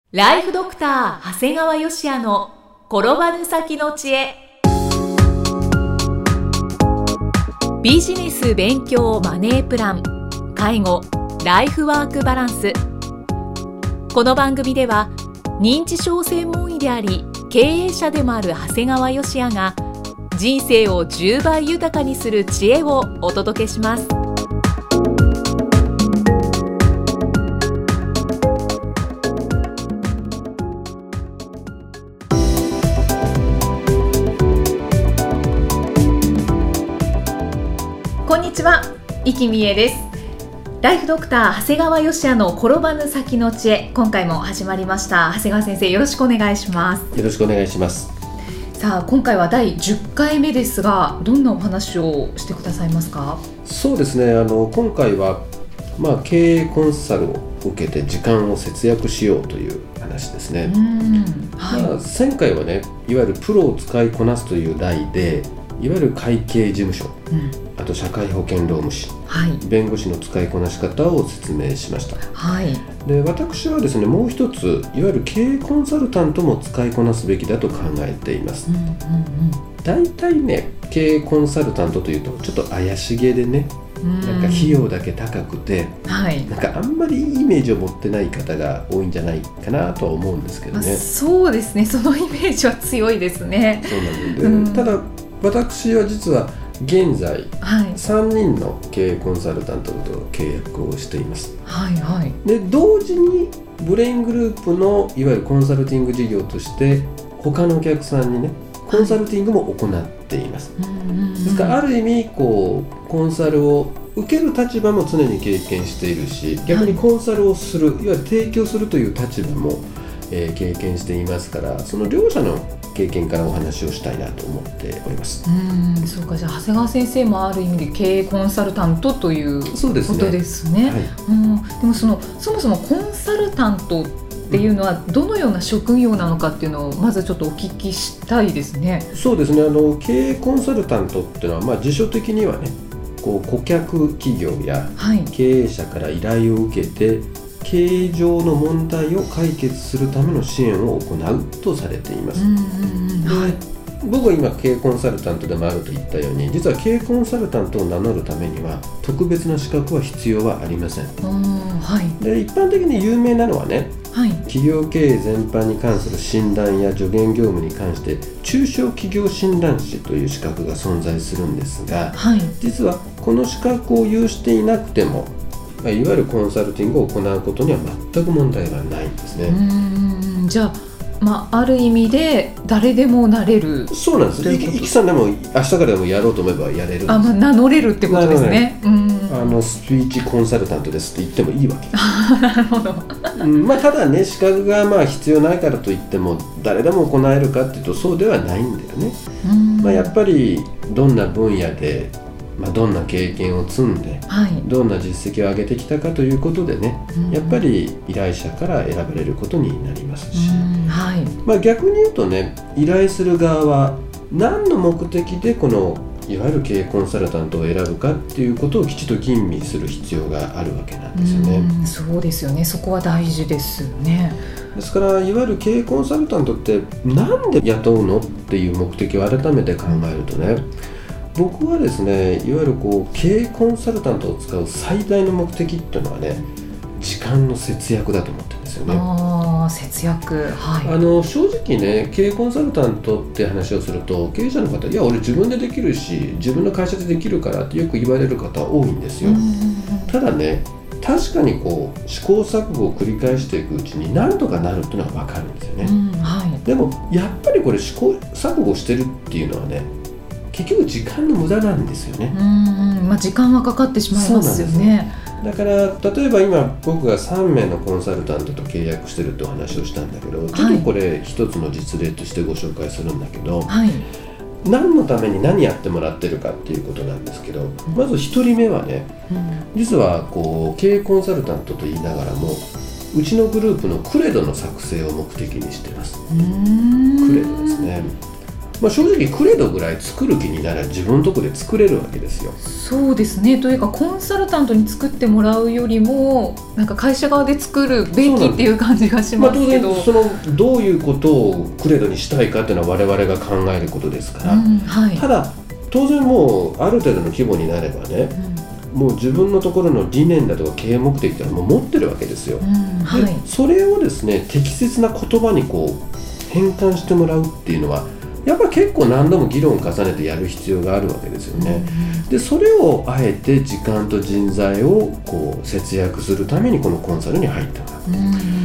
ライフドクター長谷川芳也の転ばぬ先の知恵。ビジネス勉強マネープラン、介護、ライフワークバランス。この番組では認知症専門医であり経営者でもある長谷川芳也が人生を10倍豊かにする知恵をお届けします。こんにちは、生きみえです。ライフドクター長谷川芳也の転ばぬ先の知恵、今回も始まりました。長谷川先生、よろしくお願いします。 よろしくお願いします。 さあ、今回は第10回目ですが、どんなお話をしてくださいますか？ そうですね、今回は、経営コンサルを受けて時間を節約しようという話ですね。前回はね、いわゆるプロを使いこなすという題で、いわゆる会計事務所、あと社会保険労務士、弁護士の使いこなし方を説明しました。で、私はですね、もう一つ、いわゆる経営コンサルタントも使いこなすべきだと考えています。大体ね、経営コンサルタントというとちょっと怪しげでね、なんか費用だけ高くて、なんかあんまりいいイメージを持ってない方が多いんじゃないかなとは思うんですけどね。 そうですね、そのイメージは強いですね。 そうなんで、ただ私は実は現在、3人の経営コンサルタントと契約をしています。で、同時にブレイングループのいわゆるコンサルティング事業として他のお客さんにね、コンサルティングも行っています。ですからある意味コンサルを受ける立場も常に経験しているし、逆にコンサルをする、いわゆる提供するという立場も、経験していますから、その両者の経験からお話をしたいなと思っております。 そうか、じゃあ長谷川先生もある意味で経営コンサルタントということですね。でもそもそもコンサルタントっていうのはどのような職業なのかっていうのをまずちょっとお聞きしたいですね。 そうですね、経営コンサルタントっていうのは、辞書的にはね、顧客企業や経営者から依頼を受けて、経営上の問題を解決するための支援を行うとされています。僕は今経営コンサルタントでもあると言ったように、実は経営コンサルタントを名乗るためには特別な資格は必要はありません。で、一般的に有名なのはね、企業経営全般に関する診断や助言業務に関して中小企業診断士という資格が存在するんですが、実はこの資格を有していなくてもいわゆるコンサルティングを行うことには全く問題はないんですね。 じゃあ、ある意味で誰でもなれる。 そうなんです。イキさんでも明日からでもやろうと思えばやれるんです。 名乗れるってことですね。 スピーチコンサルタントですって言ってもいいわけ。 なるほど。 ただね、資格が必要ないからといっても誰でも行えるかっていうとそうではないんだよね。やっぱりどんな分野でどんな経験を積んで、どんな実績を上げてきたかということでね、やっぱり依頼者から選ばれることになりますし、逆に言うとね、依頼する側は何の目的でこのいわゆる経営コンサルタントを選ぶかっていうことをきちっと吟味する必要があるわけなんですよね。 そうですよね、そこは大事ですね。 ですからいわゆる経営コンサルタントってなんで雇うのっていう目的を改めて考えるとね、僕はですね、いわゆる経営コンサルタントを使う最大の目的っていうのはね、時間の節約だと思ってるんですよね。 節約、 正直ね、経営コンサルタントって話をすると経営者の方、いや俺自分でできるし自分の会社でできるからってよく言われる方多いんですよ。ただね、確かに試行錯誤を繰り返していくうちに何とかなるっていうのは分かるんですよね。でもやっぱりこれ試行錯誤してるっていうのはね、結局時間の無駄なんですよね。 時間はかかってしまいますよね。 だから例えば今僕が3名のコンサルタントと契約してるってお話をしたんだけど、ちょっとこれ一つの実例としてご紹介するんだけど、何のために何やってもらってるかっていうことなんですけど、まず1人目はね、実は経営コンサルタントと言いながらもうちのグループのクレドの作成を目的にしてます。クレドですね。 正直クレドぐらい作る気になら自分のとこで作れるわけですよ。 そうですね。というかコンサルタントに作ってもらうよりもなんか会社側で作るべきっていう感じがしますけど、 当然どういうことをクレドにしたいかっていうのは我々が考えることですから、はい、ただ当然もうある程度の規模になればね、もう自分のところの理念だとか経営目的っていうのはもう持ってるわけですよ。はい、でそれをですね適切な言葉にこう変換してもらうっていうのはやっぱり結構何度も議論を重ねてやる必要があるわけですよね。でそれをあえて時間と人材をこう節約するためにこのコンサルに入ったわけです。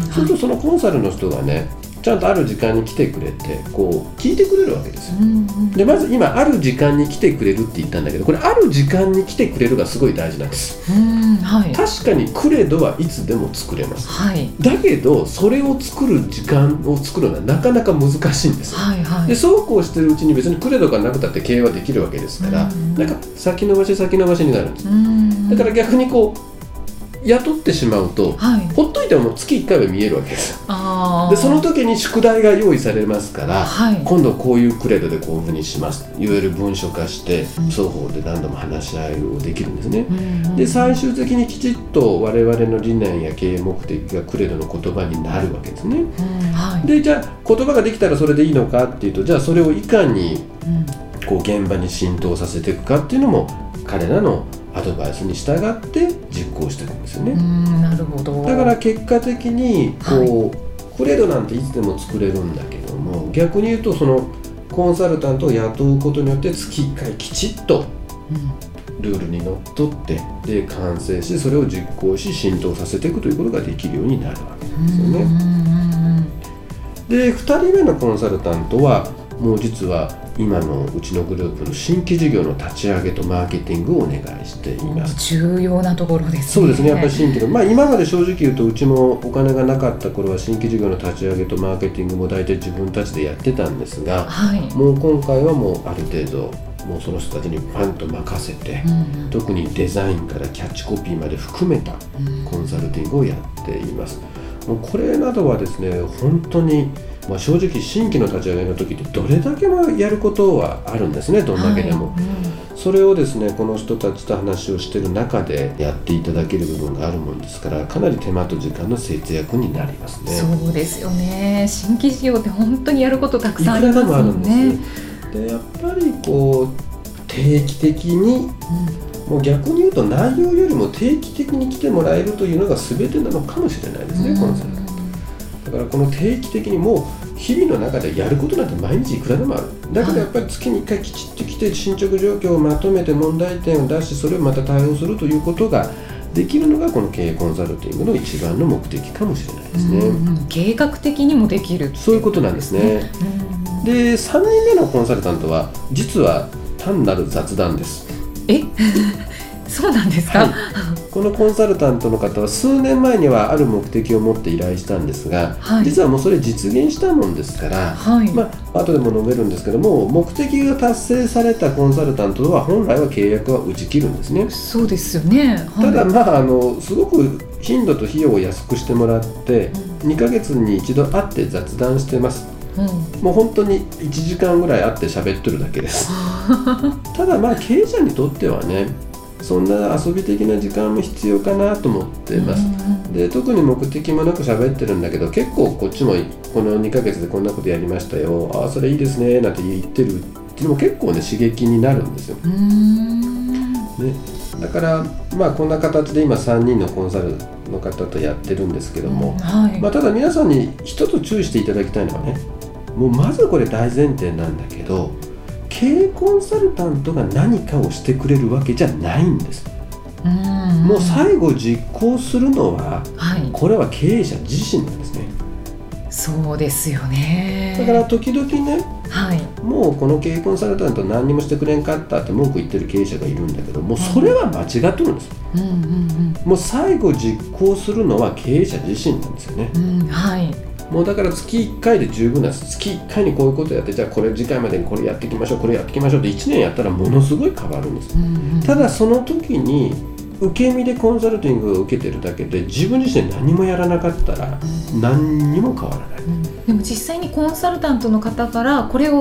そうするとそのコンサルの人がねちゃんとある時間に来てくれてこう聞いてくれるわけですよ。でまず今ある時間に来てくれるって言ったんだけど、これある時間に来てくれるがすごい大事なんです。はい、確かにクレドはいつでも作れます、はい、だけどそれを作る時間を作るのはなかなか難しいんですよ。はいはい、でそうこうしてるうちに別にクレドがなくたって経営はできるわけですから、なんか先延ばしになるんです。だから逆にこう雇ってしまうと、はい、ほっといても月1回は見えるわけです。でその時に宿題が用意されますから、はい、今度こういうクレドでこういうふうにしますいわゆる文書化して双方で何度も話し合いをできるんですね。で最終的にきちっと我々の理念や経営目的がクレドの言葉になるわけですね。はい、でじゃあ言葉ができたらそれでいいのかっていうと、じゃあそれをいかにこう現場に浸透させていくかっていうのも彼らのアドバイスに従って実行していくんですよね。 なるほど。 だから結果的にこう、クレドなんていつでも作れるんだけども、逆に言うとそのコンサルタントを雇うことによって月1回きちっとルールにのっとってで完成しそれを実行し浸透させていくということができるようになるわけですよね。で2人目のコンサルタントはもう実は今のうちのグループの新規事業の立ち上げとマーケティングをお願いしています。 重要なところですね。 そうですね。やっぱり新規の、今まで正直言うとうちもお金がなかった頃は新規事業の立ち上げとマーケティングも大体自分たちでやってたんですが、はい、もう今回はもうある程度もうその人たちにパンと任せて、特にデザインからキャッチコピーまで含めたコンサルティングをやっています。もうこれなどはですね本当に正直新規の立ち上げの時ってどれだけもやることはあるんですね。どんだけでも、それをですねこの人たちと話をしている中でやっていただける部分があるもんですから、かなり手間と時間の節約になりますね。 そうですよね。新規事業って本当にやることたくさんありますもんね。 でやっぱりこう定期的に、もう逆に言うと内容よりも定期的に来てもらえるというのが全てなのかもしれないですね、コンサルタント。だからこの定期的にもう日々の中でやることなんて毎日いくらでもある。だけどやっぱり月に1回きちっと来て進捗状況をまとめて問題点を出してそれをまた対応するということができるのがこの経営コンサルティングの一番の目的かもしれないですね。 計画的にもできる、 そういうことなんですね。で3人目のコンサルタントは実は単なる雑談です。 そうなんですか。 はい、このコンサルタントの方は数年前にはある目的を持って依頼したんですが、実はもうそれ実現したもんですから、後でも述べるんですけども、目的が達成されたコンサルタントは本来は契約は打ち切るんですね。 そうですよね。 ただすごく頻度と費用を安くしてもらって2ヶ月に一度会って雑談してます。もう本当に1時間ぐらい会って喋ってるだけですただ経営者にとってはねそんな遊び的な時間も必要かなと思っています。で特に目的もなく喋ってるんだけど結構こっちもこの2ヶ月でこんなことやりましたよ、あそれいいですねなんて言ってるっていうのも結構ね刺激になるんですよ。ね、だからこんな形で今3人のコンサルの方とやってるんですけども、ただ皆さんに一つ注意していただきたいのはね、もうまずこれ大前提なんだけど経営コンサルタントが何かをしてくれるわけじゃないんです。もう最後実行するのは、これは経営者自身なんですね。 そうですよね。 だから時々ね、もうこの経営コンサルタント何にもしてくれんかったって文句言ってる経営者がいるんだけど、もうそれは間違ってるんです。もう最後実行するのは経営者自身なんですよね。もうだから月1回で十分なんです。月1回にこういうことやって、じゃあこれ次回までにこれやっていきましょう、これやっていきましょうって1年やったらものすごい変わるんです。ただその時に受け身でコンサルティングを受けてるだけで自分自身何もやらなかったら何にも変わらない。 でも実際にコンサルタントの方からこれを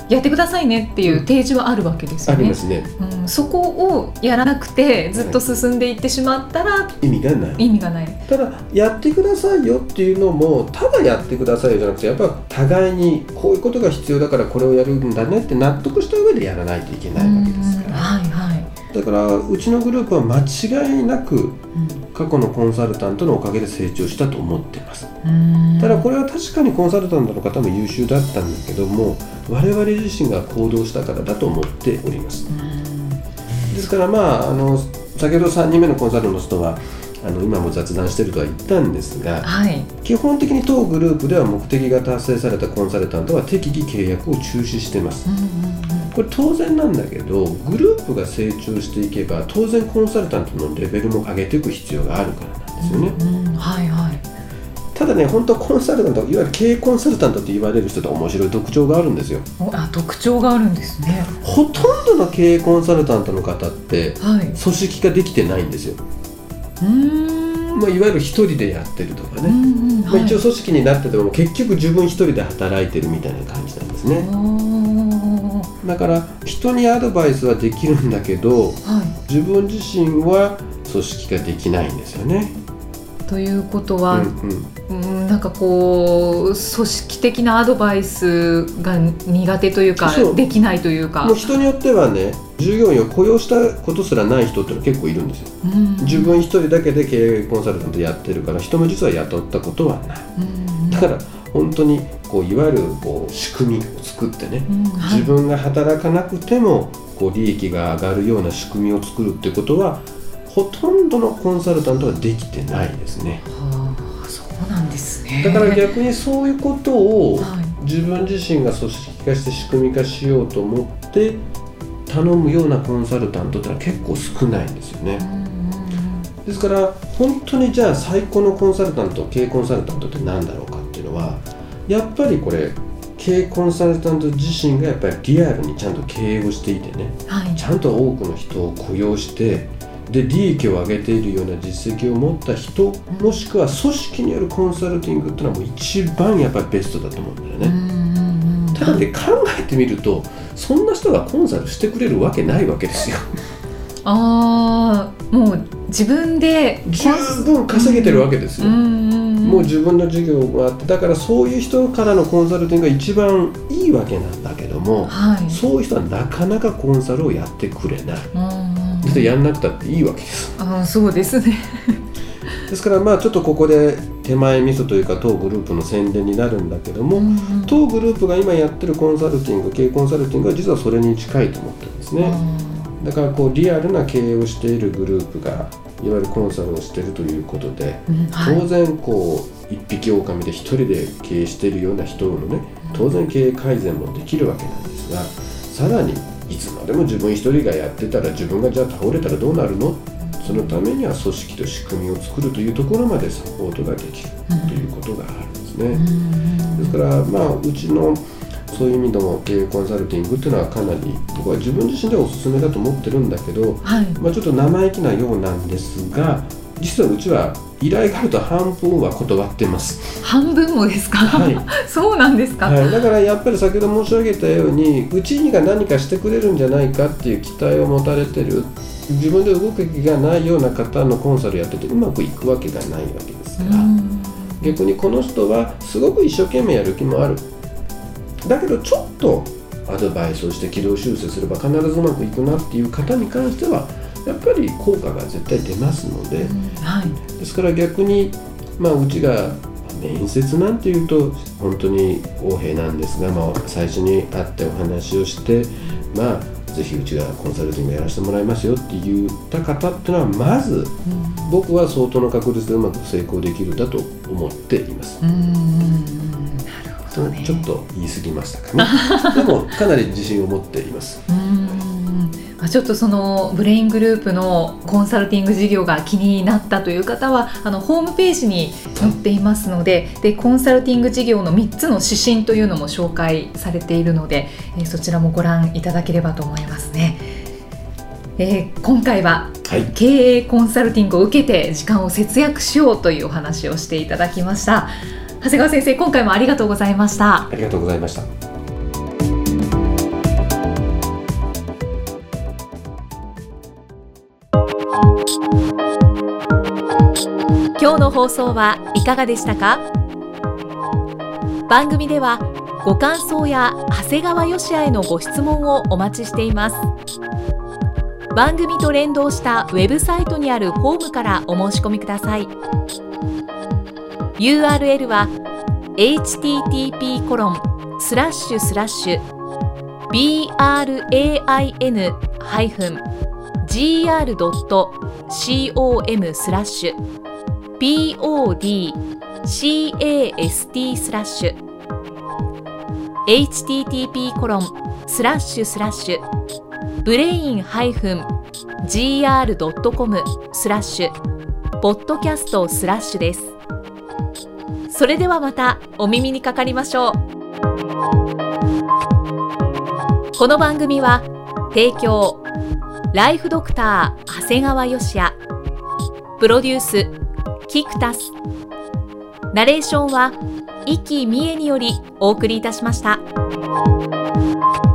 やってくださいねっていう提示はあるわけですよね。 ありますね、 そこをやらなくてずっと進んでいってしまったら、 意味がない。ただやってくださいよっていうのもただやってくださいよじゃなくて、やっぱ互いにこういうことが必要だからこれをやるんだねって納得した上でやらないといけないわけですから、だからうちのグループは間違いなく過去のコンサルタントのおかげで成長したと思っています。ただこれは確かにコンサルタントの方も優秀だったんだけども、我々自身が行動したからだと思っております。ですから先ほど3人目のコンサルの人は今も雑談してるとは言ったんですが、基本的に当グループでは目的が達成されたコンサルタントは適宜契約を中止しています。これ当然なんだけど、グループが成長していけば当然コンサルタントのレベルも上げていく必要があるからなんですよね。ただね、本当はコンサルタント、いわゆる経営コンサルタントって言われる人と面白い特徴があるんですよ。 特徴があるんですね。 ほとんどの経営コンサルタントの方って、組織化できてないんですよ。いわゆる一人でやってるとかね、一応組織になってても結局自分一人で働いてるみたいな感じなんですね。だから人にアドバイスはできるんだけど、自分自身は組織化できないんですよね。 ということは、なんかこう組織的なアドバイスが苦手というかできないというか、 もう人によってはね、従業員を雇用したことすらない人ってのは結構いるんですよ。自分一人だけで経営コンサルタントやってるから人も実は雇ったことはない。だから本当にいわゆる仕組みを作ってね、自分が働かなくても利益が上がるような仕組みを作るってことはほとんどのコンサルタントはできてないですね。 そうなんですね。 だから逆にそういうことを自分自身が組織化して仕組み化しようと思って頼むようなコンサルタントってのは結構少ないんですよね。ですから本当にじゃあ最高のコンサルタント、経営コンサルタントって何だろうかっていうのは、やっぱりこれ経営コンサルタント自身がやっぱりリアルにちゃんと経営をしていてね、ちゃんと多くの人を雇用してで利益を上げているような実績を持った人、もしくは組織によるコンサルティングっていうのはもう一番やっぱりベストだと思うんだよね。ただで考えてみるとそんな人がコンサルしてくれるわけないわけですよ。 もう自分で十分稼げてるわけですよ。もう自分の事業があって、だからそういう人からのコンサルティングが一番いいわけなんだけども、そういう人はなかなかコンサルをやってくれない。やんなくたっていいわけです。 そうですね。 ですからちょっとここで手前味噌というか当グループの宣伝になるんだけども、当グループが今やってるコンサルティング、経営コンサルティングは実はそれに近いと思ってるんですね。だからリアルな経営をしているグループがいわゆるコンサルをしているということで、当然一匹狼で一人で経営しているような人のね、当然経営改善もできるわけなんですが、さらにいつまでも自分一人がやってたら自分がじゃあ倒れたらどうなるの？そのためには組織と仕組みを作るというところまでサポートができるということがあるんですね。ですからうちのそういう意味でも経営コンサルティングっていうのはかなり僕は自分自身ではおすすめだと思ってるんだけど、ちょっと生意気なようなんですが、実はうちは依頼があると半分は断ってます。半分もですか？そうなんですか。 だからやっぱり先ほど申し上げたように、うちが何かしてくれるんじゃないかっていう期待を持たれてる、自分で動く気がないような方のコンサルやっててうまくいくわけがないわけですから、逆にこの人はすごく一生懸命やる気もある、だけどちょっとアドバイスをして軌道修正すれば必ずうまくいくなっていう方に関してはやっぱり効果が絶対出ますので、ですから逆にうちが面接なんていうと本当に横柄なんですが、最初に会ってお話をしてぜひうちがコンサルティングやらせてもらいますよって言った方っていうのはまず、僕は相当の確率でうまく成功できるだと思っています。ちょっと言い過ぎましたかね。でもかなり自信を持っています。 ちょっとそのブレイングループのコンサルティング事業が気になったという方はホームページに載っていますので、コンサルティング事業の3つの指針というのも紹介されているので、そちらもご覧いただければと思いますね。今回は、経営コンサルティングを受けて時間を節約しようというお話をしていただきました。長谷川先生、今回もありがとうございました。 ありがとうございました。 の放送はいかがでしたか？番組ではご感想や長谷川芳也へのご質問をお待ちしています。番組と連動したウェブサイトにあるフォームからお申し込みください。URL は http://brain-gr.com/brain-gr.com/podcast/ です。それではまたお耳にかかりましょう。この番組は提供ライフドクター長谷川芳也、プロデュースキクタス、ナレーションは生きみえによりお送りいたしました。